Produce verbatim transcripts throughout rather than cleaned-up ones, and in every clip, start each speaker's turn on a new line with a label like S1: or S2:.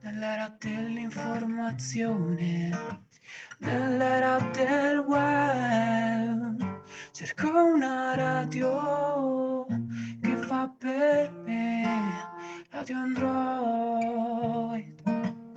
S1: nell'era dell'informazione, nell'era del web, cerco una radio che fa per me, Radio Android,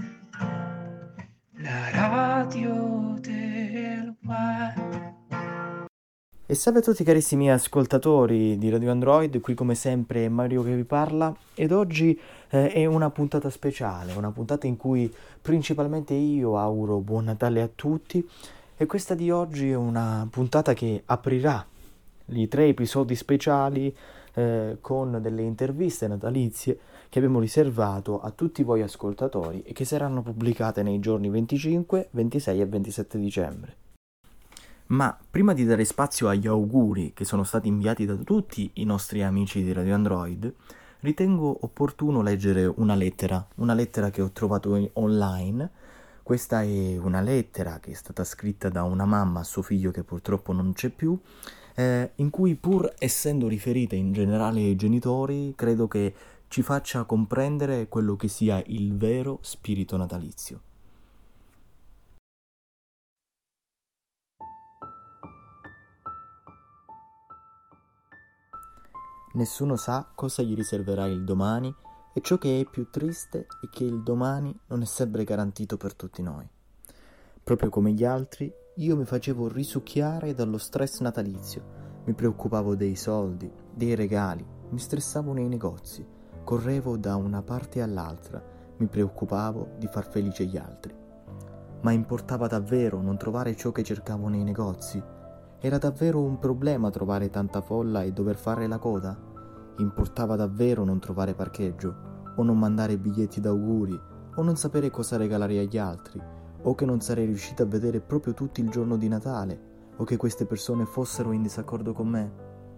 S1: la radio del web.
S2: E salve a tutti carissimi ascoltatori di Radio Android, qui come sempre è Mario che vi parla ed oggi eh, è una puntata speciale, una puntata in cui principalmente io auguro buon Natale a tutti e questa di oggi è una puntata che aprirà i tre episodi speciali eh, con delle interviste natalizie che abbiamo riservato a tutti voi ascoltatori e che saranno pubblicate nei giorni venticinque, ventisei e ventisette dicembre. Ma prima di dare spazio agli auguri che sono stati inviati da tutti i nostri amici di Radio Android, ritengo opportuno leggere una lettera, una lettera che ho trovato online. Questa è una lettera che è stata scritta da una mamma a suo figlio che purtroppo non c'è più, eh, in cui pur essendo riferita in generale ai genitori, credo che ci faccia comprendere quello che sia il vero spirito natalizio. Nessuno sa cosa gli riserverà il domani e ciò che è più triste è che il domani non è sempre garantito per tutti noi. Proprio come gli altri, io mi facevo risucchiare dallo stress natalizio, mi preoccupavo dei soldi, dei regali, mi stressavo nei negozi, correvo da una parte all'altra, mi preoccupavo di far felice gli altri. Ma importava davvero non trovare ciò che cercavo nei negozi? Era davvero un problema trovare tanta folla e dover fare la coda? Importava davvero non trovare parcheggio? O non mandare biglietti d'auguri? O non sapere cosa regalare agli altri? O che non sarei riuscito a vedere proprio tutto il giorno di Natale? O che queste persone fossero in disaccordo con me?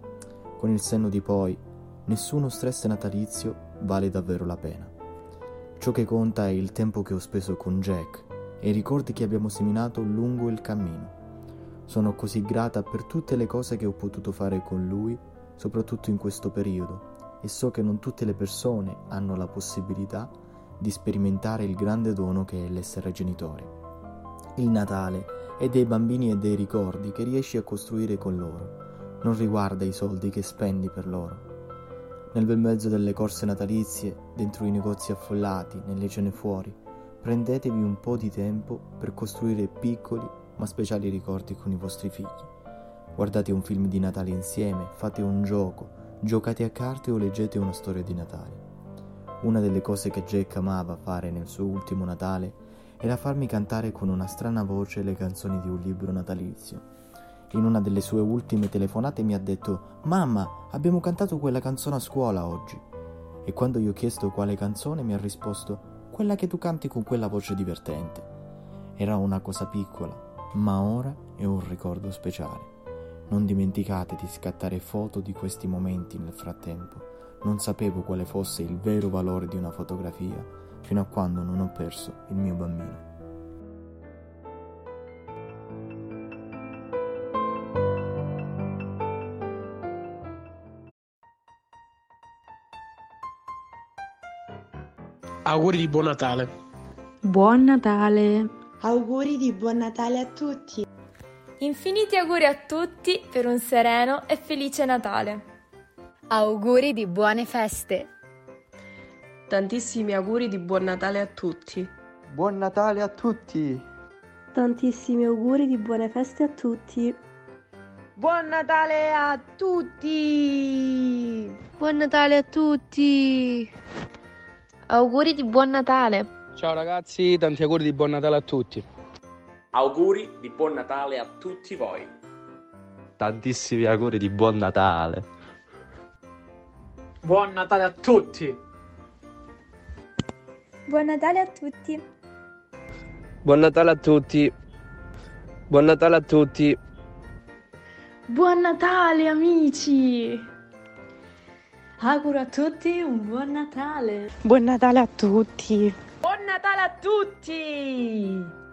S2: Con il senno di poi, nessuno stress natalizio vale davvero la pena. Ciò che conta è il tempo che ho speso con Jack e i ricordi che abbiamo seminato lungo il cammino. Sono così grata per tutte le cose che ho potuto fare con lui, soprattutto in questo periodo, e so che non tutte le persone hanno la possibilità di sperimentare il grande dono che è l'essere genitori. Il Natale è dei bambini e dei ricordi che riesci a costruire con loro, non riguarda i soldi che spendi per loro. Nel bel mezzo delle corse natalizie, dentro i negozi affollati, nelle cene fuori, prendetevi un po' di tempo per costruire piccoli ma speciali ricordi con i vostri figli. Guardate un film di Natale insieme, fate un gioco, giocate a carte o leggete una storia di Natale. Una delle cose che Jack amava fare nel suo ultimo Natale era farmi cantare con una strana voce le canzoni di un libro natalizio. In una delle sue ultime telefonate mi ha detto: «Mamma, abbiamo cantato quella canzone a scuola oggi». E quando gli ho chiesto quale canzone mi ha risposto: «Quella che tu canti con quella voce divertente». Era una cosa piccola, ma ora è un ricordo speciale. Non dimenticate di scattare foto di questi momenti nel frattempo. Non sapevo quale fosse il vero valore di una fotografia fino a quando non ho perso il mio bambino.
S3: Auguri di buon Natale.
S4: Buon Natale.
S5: Auguri di buon Natale a tutti.
S6: Infiniti auguri a tutti per un sereno e felice Natale.
S7: Auguri di buone feste.
S8: Tantissimi auguri di buon Natale a tutti.
S9: Buon Natale a tutti.
S10: Tantissimi auguri di buone feste a tutti.
S11: Buon Natale a tutti.
S12: Buon Natale a tutti.
S13: Auguri di buon Natale.
S14: Ciao ragazzi, tanti auguri di buon Natale a tutti.
S15: Auguri di buon Natale a tutti voi.
S16: Tantissimi auguri di buon Natale.
S17: Buon Natale a tutti.
S18: Buon Natale a tutti.
S14: Buon Natale a tutti. Buon Natale a tutti.
S4: Buon Natale amici.
S10: Auguro a tutti un buon Natale.
S5: Buon Natale a tutti.
S11: Buon Natale a tutti!